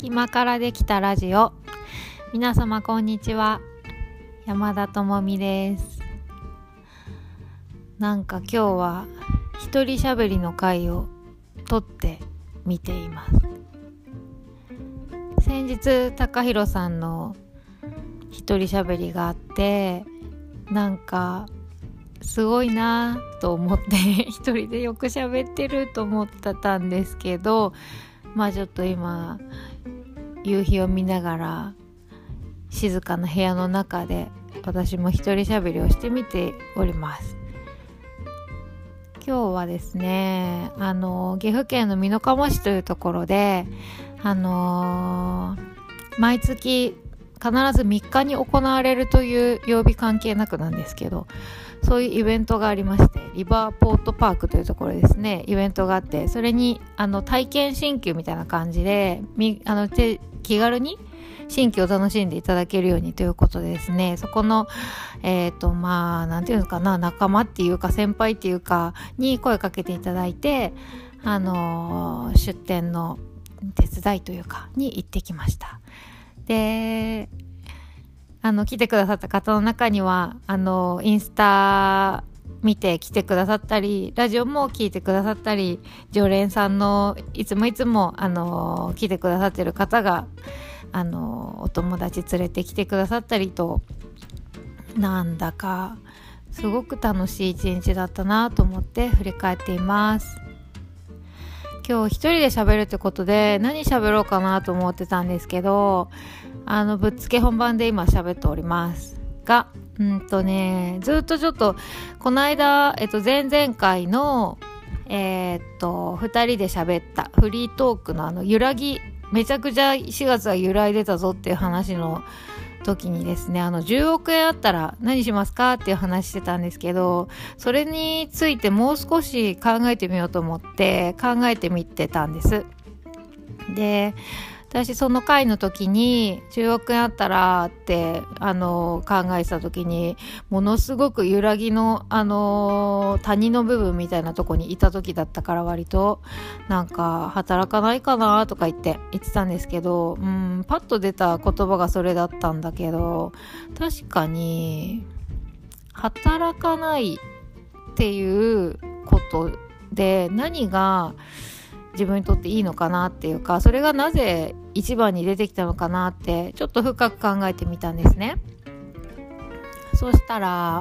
隙間からできたラジオ。皆様こんにちは、山田智美です。なんか今日は一人喋りの回を撮ってみています。先日高弘さんの一人喋りがあって、なんかすごいなと思って一人でよく喋ってると思ってたんですけど、ちょっと今夕日を見ながら静かな部屋の中で私も一人喋りをしてみております。今日はですね、岐阜県の美濃加茂市というところで毎月必ず3日に行われるという曜日関係なくなんですけど、そういうイベントがありまして、リバーポートパークというところですね、イベントがあって、それに体験新旧みたいな感じで気軽に新旧を楽しんでいただけるようにということでですね、そこのなんていうのかな、仲間っていうか先輩っていうかに声かけていただいて、出店の手伝いというかに行ってきました。で、来てくださった方の中にはインスタ見て来てくださったり、ラジオも聞いてくださったり、常連さんのいつも来てくださってる方がお友達連れてきてくださったりと、なんだかすごく楽しい一日だったなと思って振り返っています。今日一人で喋るってことで何喋ろうかなと思ってたんですけど、ぶっつけ本番で今喋っておりますが、ずっとちょっとこの間、前々回の2人で喋ったフリートークの揺らぎ、めちゃくちゃ4月は揺らいでたぞっていう話の時にですね、10億円あったら何しますかっていう話してたんですけど、それについてもう少し考えてみようと思って考えてみてたんです。で、私その回の時に10億円あったらって考えてた時に、ものすごく揺らぎの谷の部分みたいなとこにいた時だったから、割となんか働かないかなとか言ってたんですけど、パッと出た言葉がそれだったんだけど、確かに働かないっていうことで何が自分にとっていいのかなっていうか、それがなぜ一番に出てきたのかなってちょっと深く考えてみたんですね。そうしたら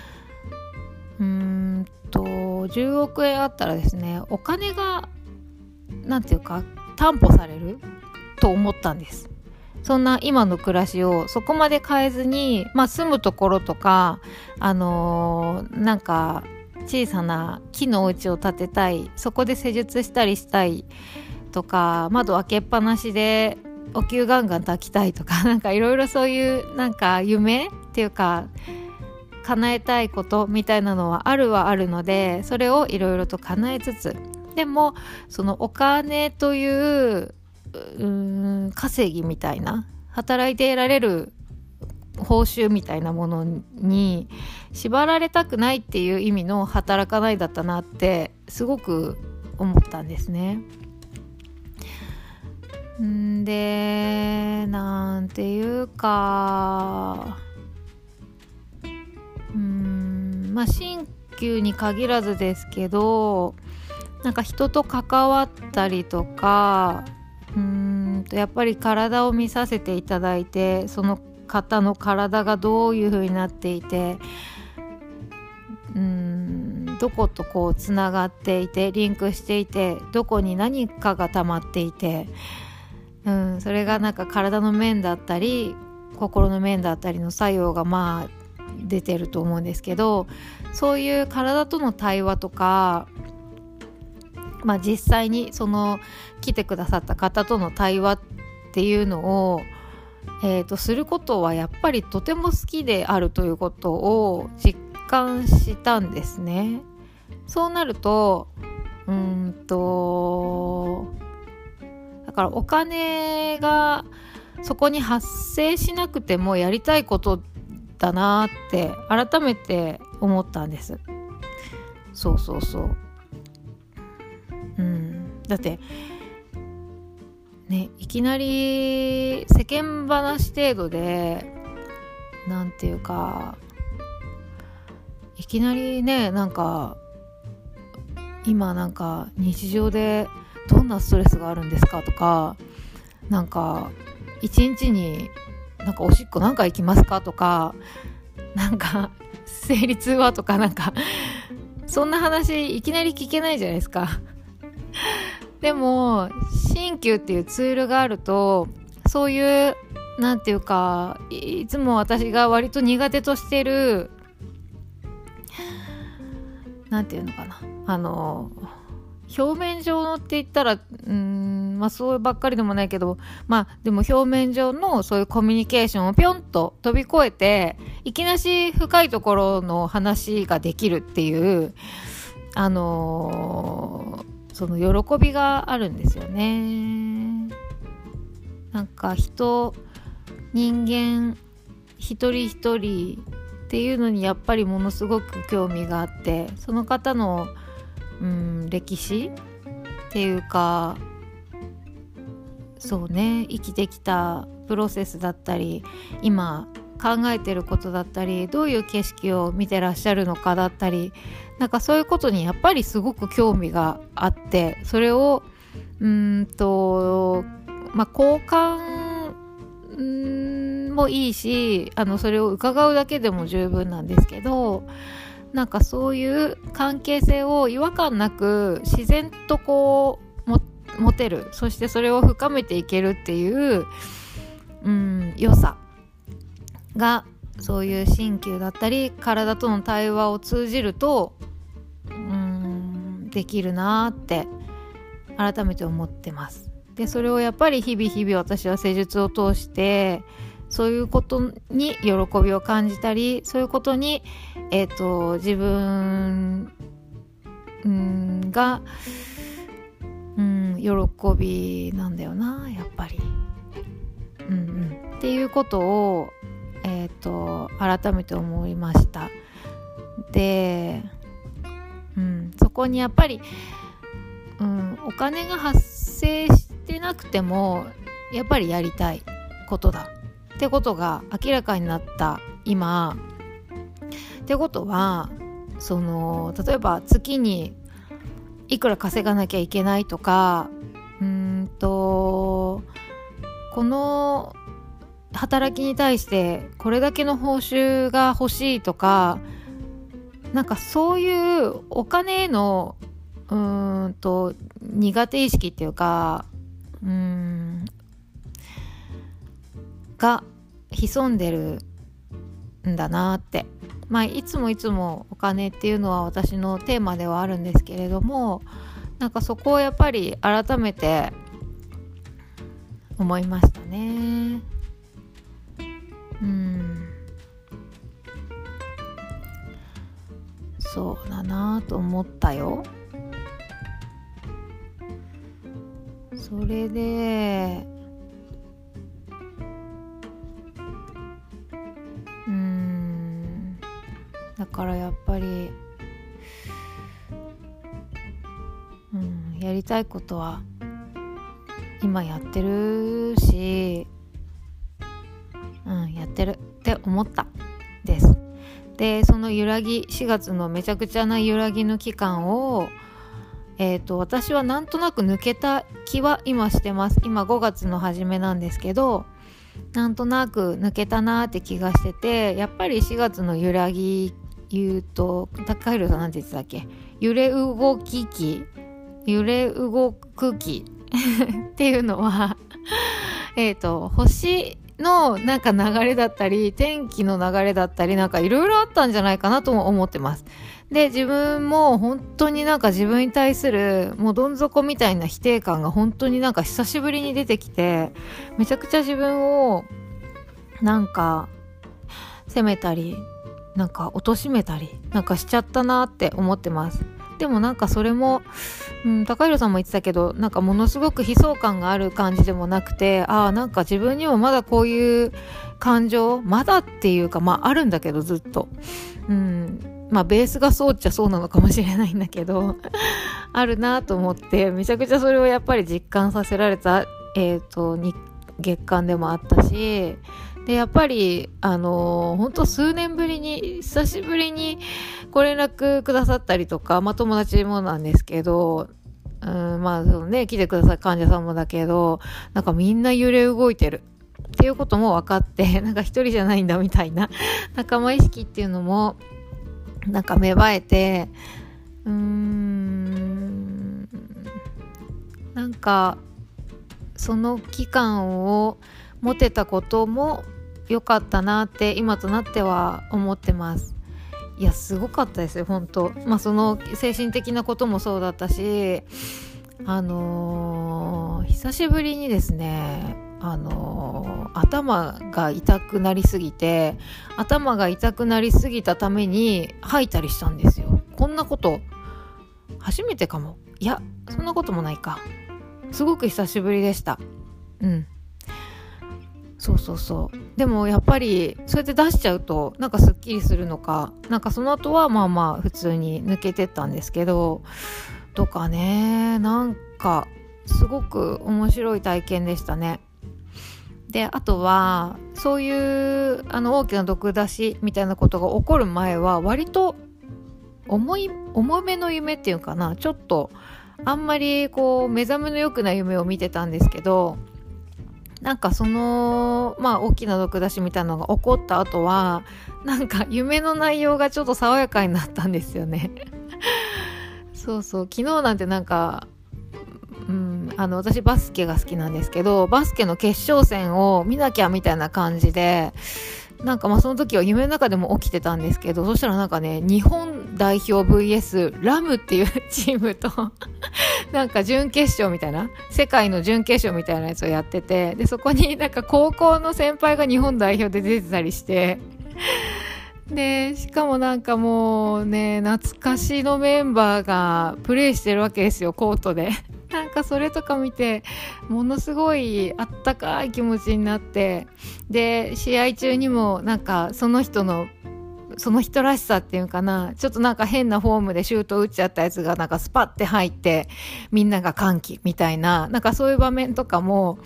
10億円あったらですね、お金がなんていうか担保されると思ったんです。そんな今の暮らしをそこまで変えずに、住むところとかなんか小さな木のお家を建てたい、そこで施術したりしたいとか、窓開けっぱなしでお灸ガンガン炊きたいとか、なんかいろいろそういうなんか夢っていうか叶えたいことみたいなのはあるので、それをいろいろと叶えつつ、でもそのお金という稼ぎみたいな、働いて得られる報酬みたいなものに縛られたくないっていう意味の働かないだったなってすごく思ったんですね。で、なんていうか新旧に限らずですけど、なんか人と関わったりとか、やっぱり体を見させていただいて、その方の体がどういう風になっていて、どことこうつながっていてリンクしていて、どこに何かが溜まっていて、それがなんか体の面だったり心の面だったりの作用が出てると思うんですけど、そういう体との対話とか、実際にその来てくださった方との対話っていうのをすることはやっぱりとても好きであるということを実感したんですね。そうなるとだからお金がそこに発生しなくてもやりたいことだなって改めて思ったんです。そうだってね、いきなり世間話程度でなんていうか、いきなりね、なんか今なんか日常でどんなストレスがあるんですかとか、なんか一日になんかおしっこ何回行きますかとか、なんか生理痛はとか、なんかそんな話いきなり聞けないじゃないですか。でも鍼灸っていうツールがあると、そういうなんていうか、いつも私が割と苦手としてる、なんていうのかな、表面上のって言ったらそうばっかりでもないけど、でも表面上のそういうコミュニケーションをぴょんと飛び越えて、いきなし深いところの話ができるっていう、その喜びがあるんですよね。なんか人間一人一人っていうのにやっぱりものすごく興味があって、その方の歴史っていうか、そうね、生きてきたプロセスだったり、今考えてることだったり、どういう景色を見てらっしゃるのかだったり、なんかそういうことにやっぱりすごく興味があって、それを交換もいいし、それを伺うだけでも十分なんですけど、なんかそういう関係性を違和感なく自然とこう持てる、そしてそれを深めていけるっていう良さが、そういう鍼灸だったり体との対話を通じるとできるなって改めて思ってます。でそれをやっぱり日々私は施術を通して、そういうことに喜びを感じたり、そういうことに自分が喜びなんだよな、やっぱりっていうことを改めて思いました。で、そこにやっぱりお金が発生してなくてもやっぱりやりたいことだってことが明らかになった今ってことは、例えば月にいくら稼がなきゃいけないとか、この働きに対してこれだけの報酬が欲しいとか、なんかそういうお金への苦手意識っていうかが潜んでるんだなって、いつもお金っていうのは私のテーマではあるんですけれども、なんかそこをやっぱり改めて思いましたね。そうだなと思ったよ。それでだからやっぱりやりたいことは今やってるし、やってるって思ったです。でその揺らぎ、4月のめちゃくちゃな揺らぎの期間を私はなんとなく抜けた気は今してます。今5月の初めなんですけど、なんとなく抜けたなって気がしてて、やっぱり4月の揺らぎ言うと、高弘さんなんて言ってたっけ、揺れ動く期っていうのは星のなんか流れだったり天気の流れだったり、なんかいろいろあったんじゃないかなとも思ってます。で自分も本当になんか自分に対するもうどん底みたいな否定感が本当になんか久しぶりに出てきて、めちゃくちゃ自分をなんか責めたりなんか貶めたりなんかしちゃったなって思ってます。でもなんかそれも、高弘さんも言ってたけど、なんかものすごく悲壮感がある感じでもなくて、なんか自分にもまだこういう感情まだっていうか、あるんだけどずっとベースがそうっちゃそうなのかもしれないんだけどあるなと思って、めちゃくちゃそれをやっぱり実感させられた月間でもあったし、でやっぱりほんと数年ぶりに久しぶりにご連絡くださったりとか、友達もなんですけど、来てくださる患者さんもだけど、なんかみんな揺れ動いてるっていうことも分かって、なんか一人じゃないんだみたいな仲間意識っていうのもなんか芽生えて、なんかその期間を持てたことも良かったなって今となっては思ってます。いやすごかったですよ本当。その精神的なこともそうだったし、久しぶりにですね、頭が痛くなりすぎて、頭が痛くなりすぎたために吐いたりしたんですよ。こんなこと初めてかも。いやそんなこともないか。すごく久しぶりでした。そうでもやっぱりそうやって出しちゃうとなんかすっきりするのか、なんかその後は普通に抜けてったんですけどとかね、なんかすごく面白い体験でしたね。であとはそういう大きな毒出しみたいなことが起こる前は割と重めの夢っていうかな、ちょっとあんまり目覚めの良くない夢を見てたんですけど、なんかその大きな毒出しみたいなのが起こった後はなんか夢の内容がちょっと爽やかになったんですよねそう昨日なんてなんか私バスケが好きなんですけど、バスケの決勝戦を見なきゃみたいな感じで、なんかその時は夢の中でも起きてたんですけど、そしたらなんかね、日本代表 vs ラムっていうチームとなんか準決勝みたいな、世界の準決勝みたいなやつをやってて、でそこになんか高校の先輩が日本代表で出てたりしてでしかもなんかもうね、懐かしのメンバーがプレーしてるわけですよ、コートでなんかそれとか見てものすごいあったかい気持ちになって、で試合中にもなんかその人らしさっていうかな、ちょっとなんか変なフォームでシュート打っちゃったやつがなんかスパッて入ってみんなが歓喜みたいな、なんかそういう場面とかも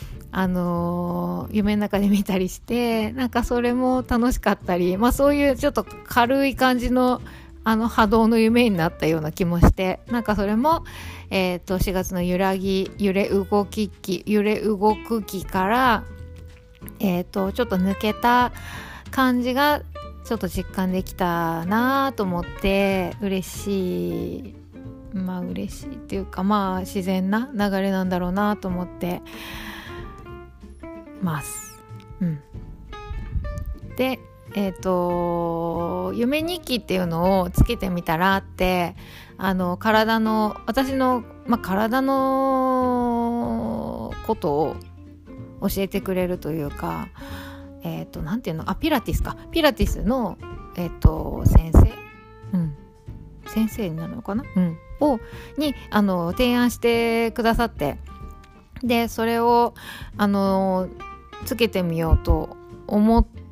夢の中で見たりして、なんかそれも楽しかったり、そういうちょっと軽い感じの波動の夢になったような気もして、なんかそれも4月の揺れ動く期からちょっと抜けた感じがちょっと実感できたなと思って、嬉しいっていうか自然な流れなんだろうなと思ってます。で夢日記っていうのをつけてみたらって、私の、体のことを教えてくれるというか、なんていうの、ピラティスの先生になるのかな、に提案してくださって、でそれをつけてみようと思って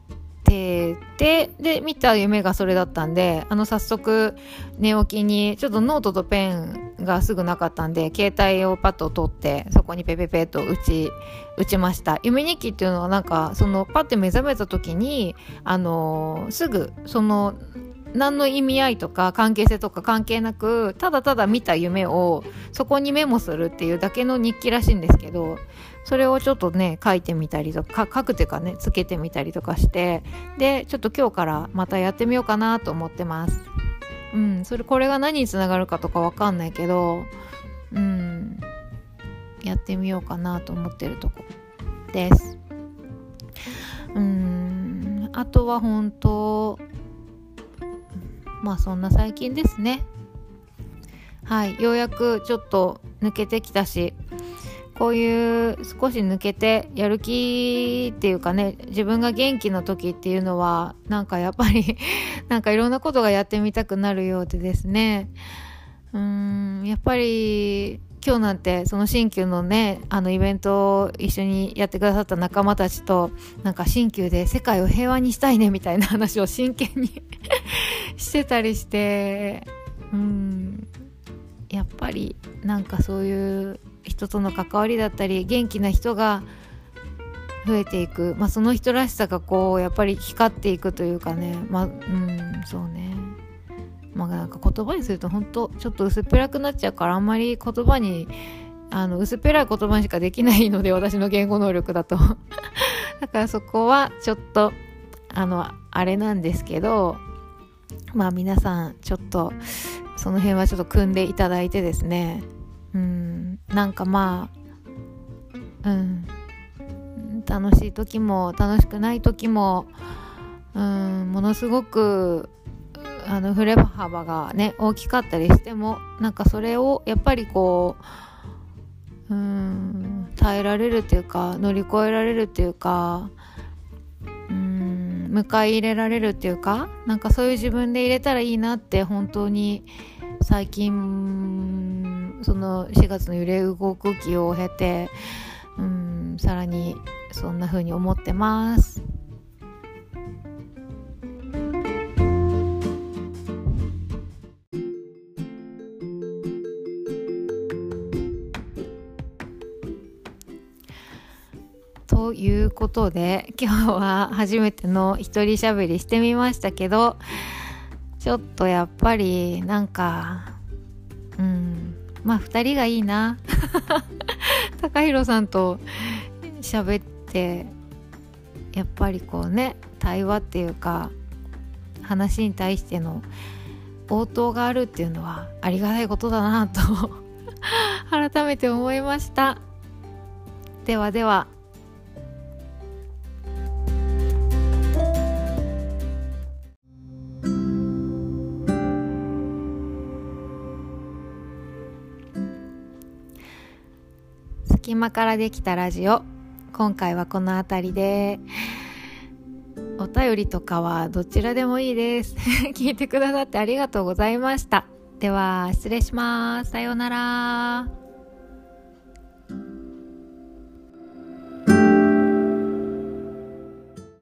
で見た夢がそれだったんで、早速寝起きにちょっとノートとペンがすぐなかったんで、携帯をパッと取ってそこにペペペッと打ちました。夢日記っていうのはなんかそのパッて目覚めた時にすぐその何の意味合いとか関係性とか関係なく、ただただ見た夢をそこにメモするっていうだけの日記らしいんですけど、それをちょっとね書いてみたりとか、書くっていうかねつけてみたりとかして、でちょっと今日からまたやってみようかなと思ってます。これが何につながるかとかわかんないけど、やってみようかなと思ってるとこです。あとは本当そんな最近ですね。ようやくちょっと抜けてきたし、こういう少し抜けてやる気っていうかね、自分が元気な時っていうのはなんかやっぱりなんかいろんなことがやってみたくなるようでですね、やっぱり今日なんてその新旧のねイベントを一緒にやってくださった仲間たちと、なんか新旧で世界を平和にしたいねみたいな話を真剣にしてたりして、やっぱりなんかそういう人との関わりだったり元気な人が増えていく、その人らしさがこうやっぱり光っていくというかね、そうね、なんか言葉にすると本当ちょっと薄っぺらくなっちゃうから、あんまり言葉に薄っぺらい言葉にしかできないので、私の言語能力だとだからそこはちょっとあれなんですけど、皆さんちょっとその辺はちょっと組んでいただいてですね、なんか楽しい時も楽しくない時もものすごく振れ幅がね大きかったりしても、なんかそれをやっぱりこう耐えられるっていうか、乗り越えられるっていうか、迎え入れられるっていうか、なんかそういう自分で入れたらいいなって本当に最近その4月の揺れ動く期を経てさらにそんな風に思ってます。ということで今日は初めての一人喋りしてみましたけど、ちょっとやっぱりなんか2人がいいな高弘さんと喋ってやっぱりこうね、対話っていうか話に対しての応答があるっていうのはありがたいことだなと改めて思いました。ではでは。隙間からできたラジオ、今回はこのあたりで、お便りとかはどちらでもいいです聞いてくださってありがとうございました。では失礼します。さようなら。